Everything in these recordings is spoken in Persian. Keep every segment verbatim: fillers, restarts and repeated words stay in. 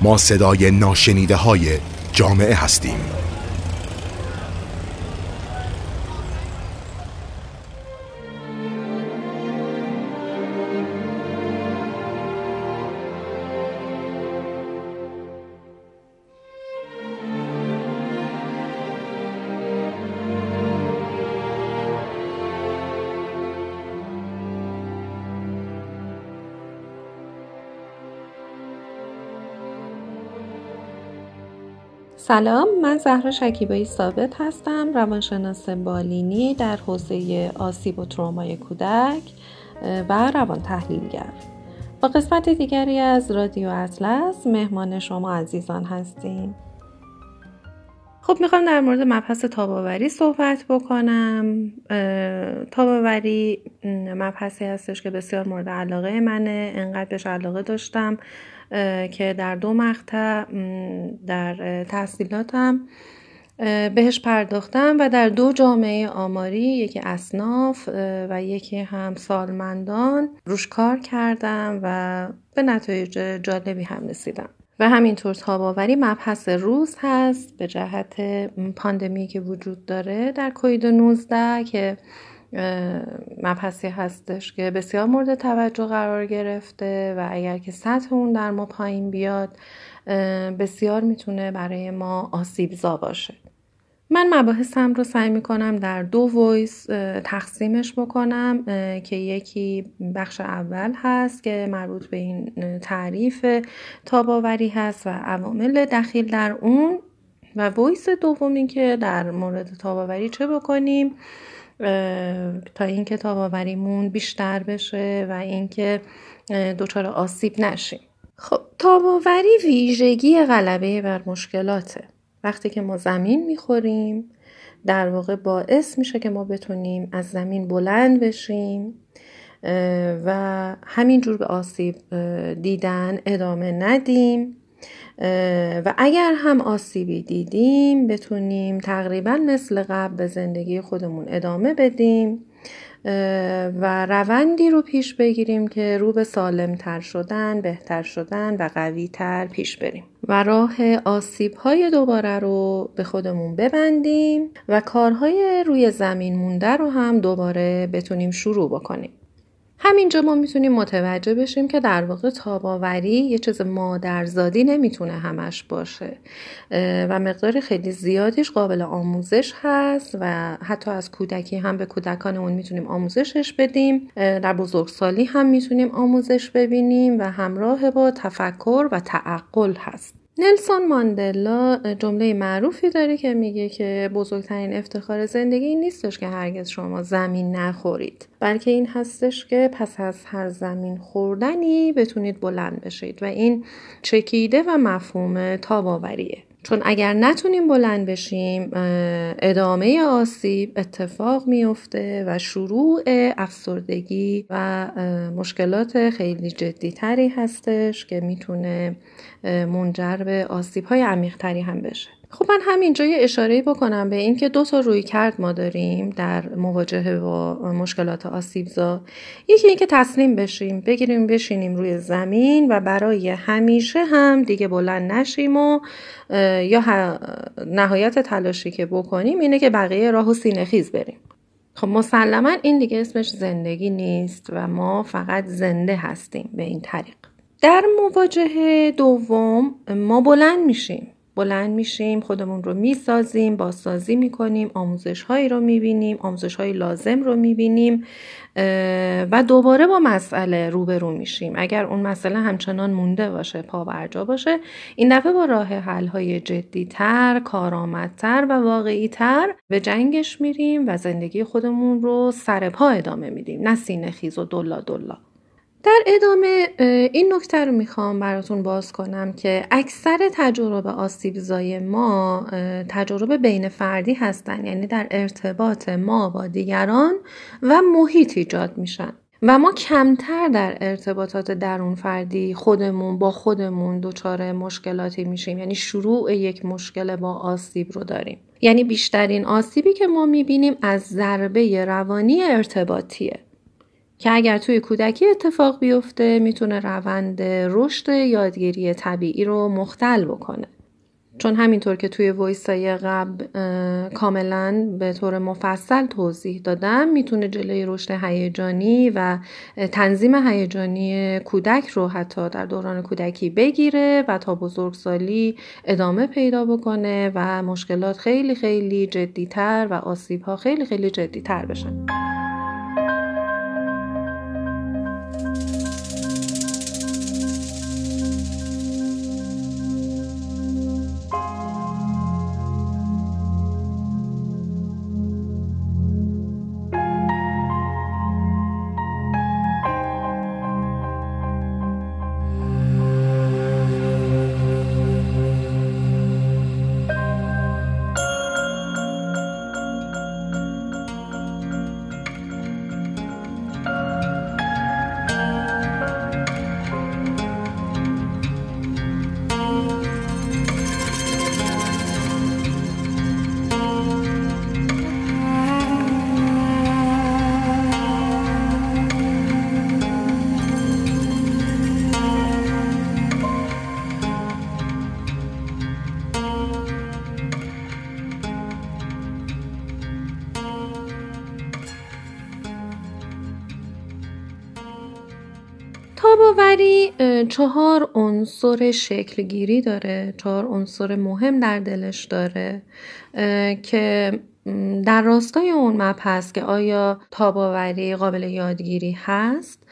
ما صدای ناشنیده های جامعه هستیم. سلام، من زهرا شکیبایی ثابت هستم، روانشناس بالینی در حوزه آسیب و ترومای کودک و روان تحلیلگر. با قسمت دیگری از رادیو اطلس مهمان شما عزیزان هستیم. خب میخوام در مورد مبحث تاب‌آوری صحبت بکنم. تاب‌آوری مبحثی هستش که بسیار مورد علاقه منه، انقدر بهش علاقه داشتم که در دو مقطع در تحصیلاتم بهش پرداختم و در دو جامعه آماری، یکی اصناف و یکی هم سالمندان روش کار کردم و به نتایج جالبی هم رسیدم. و همینطور تاب‌آوری مبحث روز هست به جهت پاندمی که وجود داره در کووید نوزده که مبحثی هستش که بسیار مورد توجه قرار گرفته و اگر که سطح اون در ما پایین بیاد بسیار میتونه برای ما آسیبزا باشه. من مباحثم رو سعی میکنم در دو وایس تقسیمش بکنم که یکی بخش اول هست که مربوط به این تعریف تاب‌آوری هست و عوامل دخیل در اون، و وایس دومی که در مورد تاب‌آوری چه بکنیم تا اینکه تاب‌آوریمون بیشتر بشه و اینکه دچار آسیب نشیم. خب تاب‌آوری ویژگی غلبه بر مشکلاته. وقتی که ما زمین میخوریم در واقع باعث میشه که ما بتونیم از زمین بلند بشیم و همینجور به آسیب دیدن ادامه ندیم و اگر هم آسیبی دیدیم بتونیم تقریبا مثل قبل به زندگی خودمون ادامه بدیم و روندی رو پیش بگیریم که رو به سالمتر شدن، بهتر شدن و قوی تر پیش بریم و راه آسیب های دوباره رو به خودمون ببندیم و کارهای روی زمین مونده رو هم دوباره بتونیم شروع بکنیم. همینجا ما میتونیم متوجه بشیم که در واقع تاب‌آوری یه چیز مادرزادی نمیتونه همش باشه و مقدار خیلی زیادیش قابل آموزش هست و حتی از کودکی هم به کودکانمون میتونیم آموزشش بدیم، در بزرگسالی هم میتونیم آموزش ببینیم و همراه با تفکر و تعقل هست. نلسون ماندلا جمله معروفی داره که میگه که بزرگترین افتخار زندگی این نیستش که هرگز شما زمین نخورید، بلکه این هستش که پس از هر زمین خوردنی بتونید بلند بشید و این چکیده و مفهوم تاب‌آوریه. چون اگر نتونیم بلند بشیم ادامه آسیب اتفاق میفته و شروع افسردگی و مشکلات خیلی جدی تری هستش که میتونه منجر به آسیب های عمیق تری هم بشه. خب من همینجا یه اشاره بکنم به این که دو تا رویکرد ما داریم در مواجهه با مشکلات آسیبزا. یکی این که تسلیم بشیم، بگیریم بشینیم روی زمین و برای همیشه هم دیگه بلند نشیم و یا نهایت تلاشی که بکنیم اینه که بقیه راهو سینه خیز بریم. خب مسلماً این دیگه اسمش زندگی نیست و ما فقط زنده هستیم به این طریق. در مواجهه دوم ما بلند میشیم. بلند میشیم، خودمون رو میسازیم، بازسازی میکنیم، آموزش هایی رو میبینیم، آموزش های لازم رو میبینیم و دوباره با مسئله روبرو میشیم. اگر اون مسئله همچنان مونده باشه، پا برجا باشه، این دفعه با راه حل های جدی تر، کارآمدتر و واقعی تر به جنگش میریم و زندگی خودمون رو سر پا ادامه میدیم، نه سینه خیز و دلا دلا. در ادامه این نکته رو میخوام براتون باز کنم که اکثر تجربه آسیبزای ما تجربه بین فردی هستن، یعنی در ارتباط ما با دیگران و محیط ایجاد میشن و ما کمتر در ارتباطات درون فردی خودمون با خودمون دچار مشکلاتی میشیم، یعنی شروع یک مشکل با آسیب رو داریم. یعنی بیشترین آسیبی که ما میبینیم از ضربه روانی ارتباطیه که اگر توی کودکی اتفاق بیفته میتونه روند رشد یادگیری طبیعی رو مختل بکنه. چون همینطور که توی وایسای قبل کاملا به طور مفصل توضیح دادم، میتونه جلوی رشد هیجانی و تنظیم هیجانی کودک رو حتی در دوران کودکی بگیره و تا بزرگسالی ادامه پیدا بکنه و مشکلات خیلی خیلی جدی‌تر و آسیب‌ها خیلی خیلی جدی‌تر بشن. تاب‌آوری چهار عنصر شکلگیری داره، چهار عنصر مهم در دلش داره که در راستای اون مبحث که آیا تاب‌آوری قابل یادگیری هست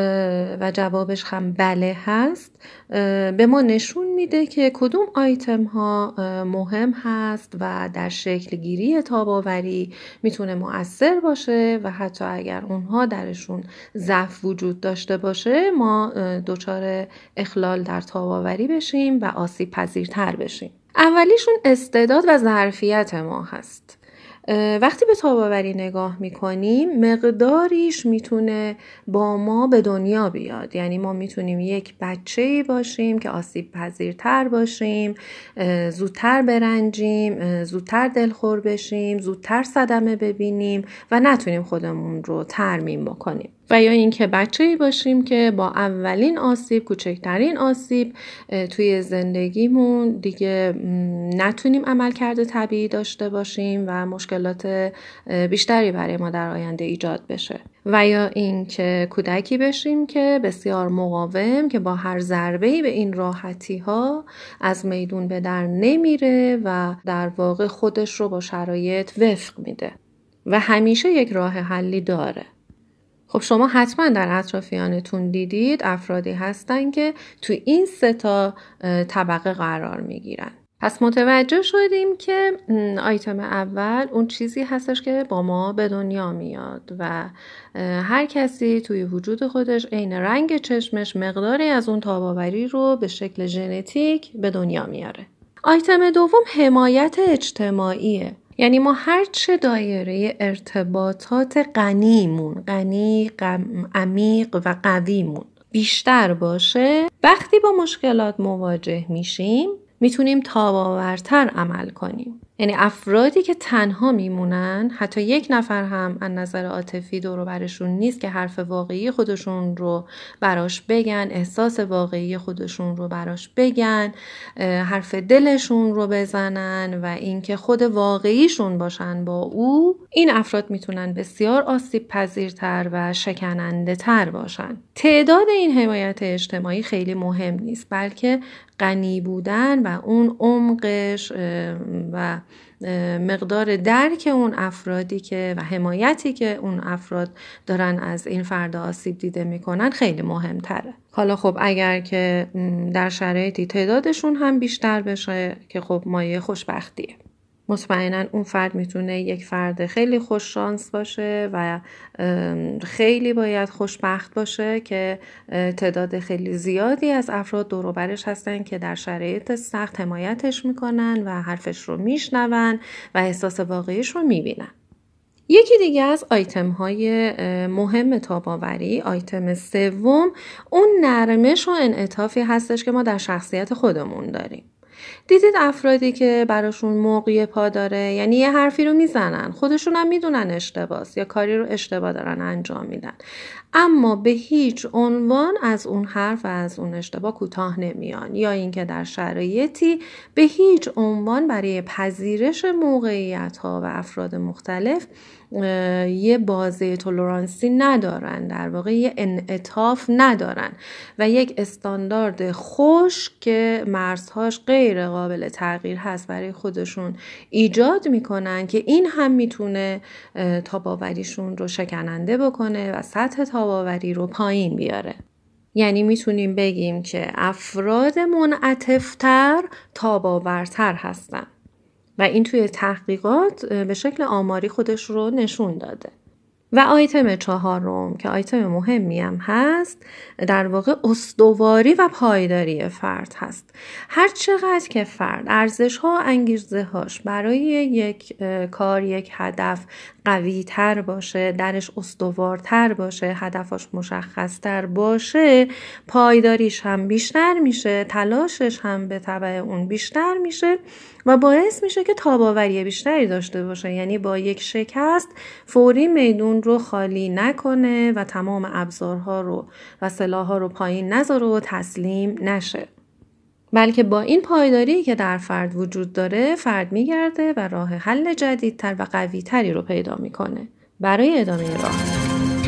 و جوابش هم بله هست، به ما نشون میده که کدوم آیتم ها مهم هست و در شکلگیری تاب‌آوری میتونه مؤثر باشه و حتی اگر اونها درشون ضعف وجود داشته باشه ما دچار اخلال در تاب‌آوری بشیم و آسیب پذیرتر بشیم. اولیشون استعداد و ظرفیت ما هست. وقتی به تاب‌آوری نگاه میکنیم مقداریش میتونه با ما به دنیا بیاد، یعنی ما میتونیم یک بچه‌ای باشیم که آسیب پذیرتر باشیم، زودتر برنجیم، زودتر دلخور بشیم، زودتر صدمه ببینیم و نتونیم خودمون رو ترمیم بکنیم. و یا اینکه بچه‌ای باشیم که با اولین آسیب، کوچکترین آسیب توی زندگیمون دیگه نتونیم عملکرد طبیعی داشته باشیم و مشکلات بیشتری برای ما در آینده ایجاد بشه. و یا اینکه کودکی بشیم که بسیار مقاوم که با هر ضربه‌ای به این راحتی‌ها از میدون به در نمیره و در واقع خودش رو با شرایط وفق میده و همیشه یک راه حلی داره. خب شما حتما در اطرافیانتون دیدید افرادی هستن که تو این سه تا طبقه قرار میگیرن. پس متوجه شدیم که آیتم اول اون چیزی هستش که با ما به دنیا میاد و هر کسی توی وجود خودش عین رنگ چشمش مقداری از اون تاب‌آوری رو به شکل ژنتیک به دنیا میاره. آیتم دوم حمایت اجتماعیه. یعنی ما هرچه دایره ارتباطات غنیمون، غنی، عمیق و قویمون بیشتر باشه، وقتی با مشکلات مواجه میشیم میتونیم تاب‌آورتر عمل کنیم. یعنی افرادی که تنها میمونن، حتی یک نفر هم از نظر عاطفی دور و برشون نیست که حرف واقعی خودشون رو براش بگن، احساس واقعی خودشون رو براش بگن، حرف دلشون رو بزنن و اینکه خود واقعیشون باشن با او، این افراد میتونن بسیار آسیب پذیرتر و شکننده تر باشن. تعداد این حمایت اجتماعی خیلی مهم نیست، بلکه غنی بودن و اون عمقش و مقدار درک اون افرادی که و حمایتی که اون افراد دارن از این فرد آسیب دیده میکنن خیلی مهمتره. حالا خب اگر که در شرایطی تعدادشون هم بیشتر بشه که خب مایه خوشبختیه. مطمئناً اون فرد میتونه یک فرد خیلی خوش شانس باشه و خیلی باید خوشبخت باشه که تعداد خیلی زیادی از افراد دور و برش هستن که در شرایط سخت حمایتش میکنن و حرفش رو میشنون و احساس واقعیش رو میبینن. یکی دیگه از آیتم های مهم تاب‌آوری، آیتم سوم، اون نرمش و انعطافی هستش که ما در شخصیت خودمون داریم. دیدید افرادی که براشون موقعی پا داره، یعنی یه حرفی رو میزنن، خودشون هم میدونن اشتباهه یا کاری رو اشتباه دارن انجام میدن، اما به هیچ عنوان از اون حرف و از اون اشتباه کوتاه نمیان، یا اینکه در شرایطی به هیچ عنوان برای پذیرش موقعیت ها و افراد مختلف یه بازه تولرانسی ندارن، در واقع یه انعطاف ندارن و یک استاندارد خشک که مرزهاش غیر قابل تغییر هست برای خودشون ایجاد میکنن که این هم میتونه تاباوریشون رو شکننده بکنه و سطح تاباوری رو پایین بیاره. یعنی میتونیم بگیم که افراد منعطف‌تر تاباورتر هستن و این توی تحقیقات به شکل آماری خودش رو نشون داده. و آیتم چهارم که آیتم مهمی هم هست، در واقع استواری و پایداری فرد هست. هر چقدر که فرد ارزش ها و انگیزه هاش برای یک کار، یک هدف قوی تر باشه، درش استوارتر باشه، هدفش مشخص تر باشه، پایداریش هم بیشتر میشه، تلاشش هم به تبع اون بیشتر میشه و باعث میشه که تاباوری بیشتری داشته باشه. یعنی با یک شکست فوری میدون رو خالی نکنه و تمام ابزارها رو و سلاح‌ها رو پایین نذاره و تسلیم نشه، بلکه با این پایداری که در فرد وجود داره، فرد میگرده و راه حل جدیدتر و قوی‌تری رو پیدا میکنه برای ادامه راه.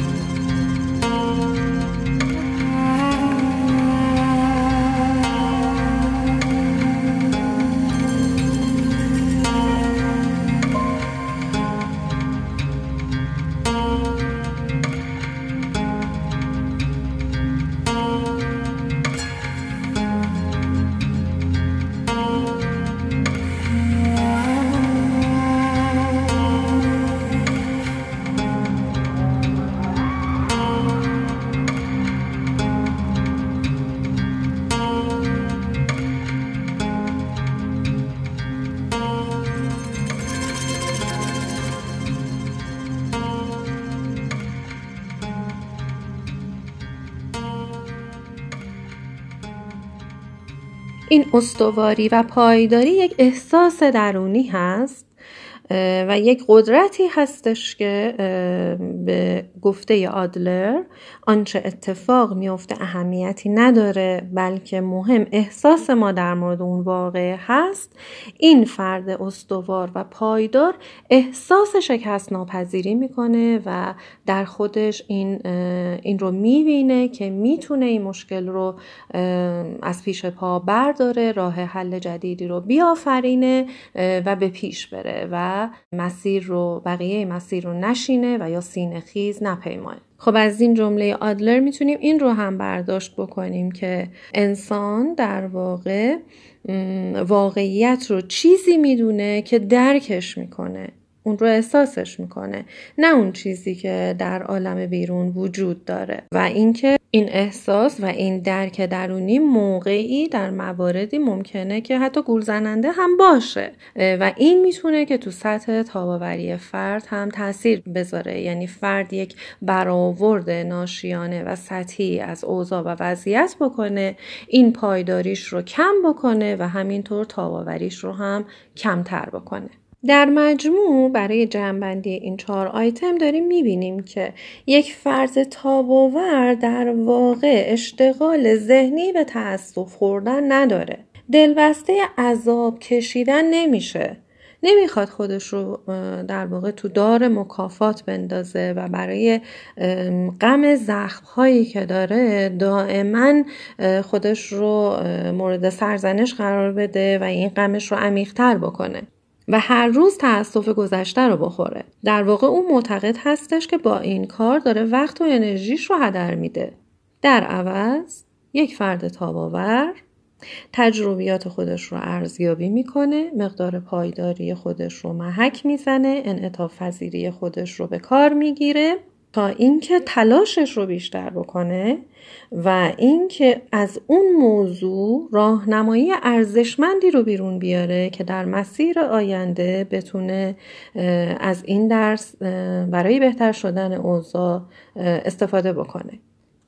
این استواری و پایداری یک احساس درونی هست و یک قدرتی هستش که به گفته آدلر آنچه اتفاق میفته اهمیتی نداره، بلکه مهم احساس ما در مورد اون واقع هست. این فرد استوار و پایدار احساس شکست ناپذیری میکنه و در خودش این این رو میبینه که میتونه این مشکل رو از پیش پا برداره، راه حل جدیدی رو بیافرینه و به پیش بره و مسیر رو بقیه مسیر رو نشینه و یا سینه خیز نپیمایه. خب از این جمله آدلر میتونیم این رو هم برداشت بکنیم که انسان در واقع واقعیت رو چیزی میدونه که درکش میکنه، اون رو احساسش میکنه، نه اون چیزی که در عالم بیرون وجود داره. و اینکه این احساس و این درک درونی موقعی در مواردی ممکنه که حتی گول زننده هم باشه و این میتونه که تو سطح تاباوری فرد هم تاثیر بذاره. یعنی فرد یک برآورد ناشیانه و سطحی از اوضاع و وضعیت بکنه، این پایداریش رو کم بکنه و همینطور تاباوریش رو هم کمتر بکنه. در مجموع برای جمع‌بندی این چهار آیتم داریم میبینیم که یک فرد تاباور در واقع اشتغال ذهنی به تأسف خوردن نداره، دلبسته عذاب کشیدن نمیشه، نمیخواد خودش رو در واقع تو دار مکافات بندازه و برای غم زخم‌هایی که داره دائما خودش رو مورد سرزنش قرار بده و این غمش رو عمیق‌تر بکنه و هر روز تأسف گذشته رو بخوره. در واقع اون معتقد هستش که با این کار داره وقت و انرژیش رو هدر میده. در عوض یک فرد تاباور تجربیات خودش رو ارزیابی میکنه، مقدار پایداری خودش رو محک میزنه، انعطاف پذیری خودش رو به کار میگیره تا اینکه تلاشش رو بیشتر بکنه و اینکه از اون موضوع راهنمایی ارزشمندی رو بیرون بیاره که در مسیر آینده بتونه از این درس برای بهتر شدن اوضاع استفاده بکنه.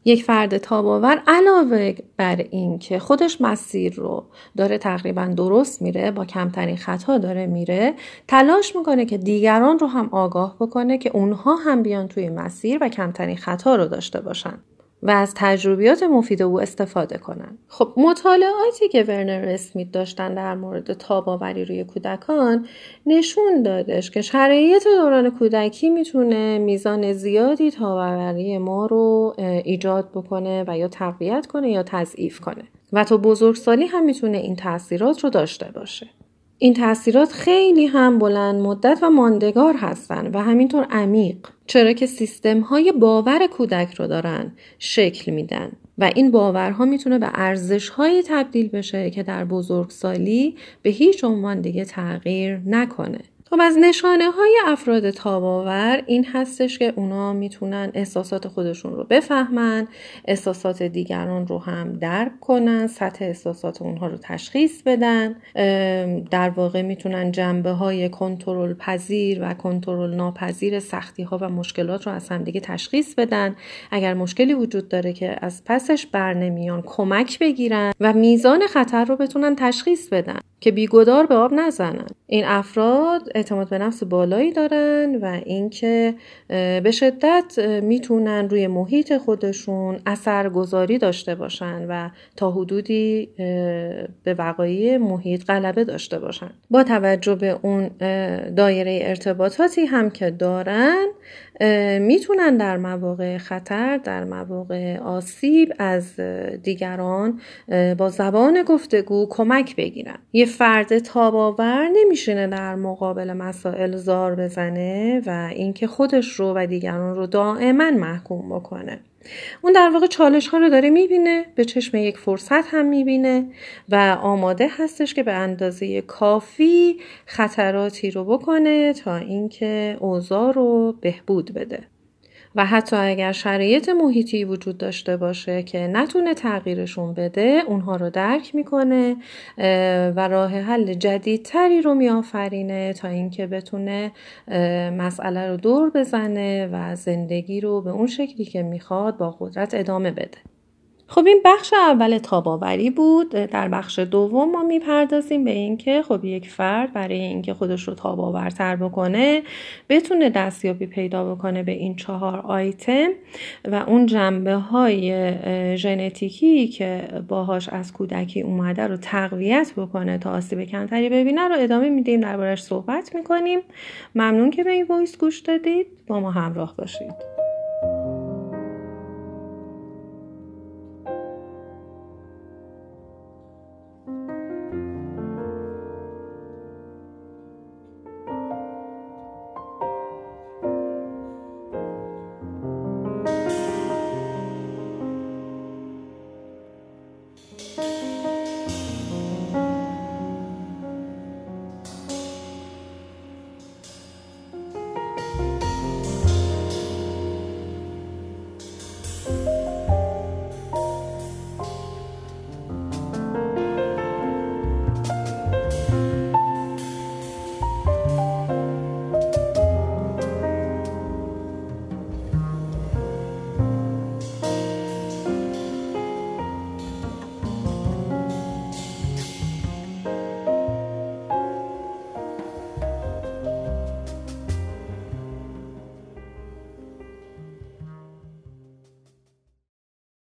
یک فرد تاب‌آور علاوه بر این که خودش مسیر رو داره تقریبا درست میره، با کمترین خطا داره میره، تلاش میکنه که دیگران رو هم آگاه بکنه که اونها هم بیان توی مسیر و کمترین خطا رو داشته باشن و از تجربیات مفید او استفاده کنن. خب مطالعاتی که ورنر اسمیت داشتن در مورد تاب‌آوری روی کودکان نشون دادش که شرایط دوران کودکی میتونه میزان زیادی تاب‌آوری ما رو ایجاد بکنه و یا تقویت کنه یا تضعیف کنه و تا بزرگسالی هم میتونه این تاثیرات رو داشته باشه. این تاثیرات خیلی هم بلند مدت و ماندگار هستن و همینطور عمیق، چرا که سیستم‌های باور کودک رو دارن شکل میدن و این باورها میتونه به ارزش‌هایی تبدیل بشه که در بزرگسالی به هیچ عنوان دیگه تغییر نکنه. خب از نشانه‌های افراد تاب‌آور این هستش که اونا میتونن احساسات خودشون رو بفهمن، احساسات دیگران رو هم درک کنن، سطح احساسات اونها رو تشخیص بدن، در واقع میتونن جنبه‌های کنترل پذیر و کنترل ناپذیر سختی‌ها و مشکلات رو از هم دیگه تشخیص بدن. اگر مشکلی وجود داره که از پسش بر نمیان کمک بگیرن و میزان خطر رو بتونن تشخیص بدن که بیگدار به آب نزنن. این افراد اعتماد به نفس بالایی دارن و اینکه به شدت میتونن روی محیط خودشون اثرگذاری داشته باشن و تا حدودی به وقایع محیط غلبه داشته باشن. با توجه به اون دایره ارتباطاتی هم که دارن میتونن در مواقع خطر، در مواقع آسیب از دیگران با زبان گفتگو کمک بگیرن. یه فرد تاب‌آور نمیشینه در مقابل مسائل زار بزنه و اینکه خودش رو و دیگران رو دائما محکوم بکنه. اون در واقع چالش ها رو داره میبینه، به چشم یک فرصت هم میبینه و آماده هستش که به اندازه کافی خطراتی رو بکنه تا اینکه اوضاع رو بهبود بده. و حتی اگر شرایط محیطی وجود داشته باشه که نتونه تغییرشون بده، اونها رو درک میکنه و راه حل جدیدتری رو میآفرینه تا اینکه بتونه مسئله رو دور بزنه و زندگی رو به اون شکلی که میخواد با قدرت ادامه بده. خب این بخش اول تاب‌آوری بود. در بخش دوم ما میپردازیم به این که خب یک فرد برای اینکه خودش رو تاب‌آورتر بکنه بتونه دستیابی پیدا بکنه به این چهار آیتم و اون جنبه های ژنتیکی که باهاش از کودکی اومده رو تقویت بکنه تا آسیب کمتری ببینه رو ادامه میدیم، دربارش صحبت میکنیم. ممنون که به این وایس گوش دادید، با ما همراه باشید.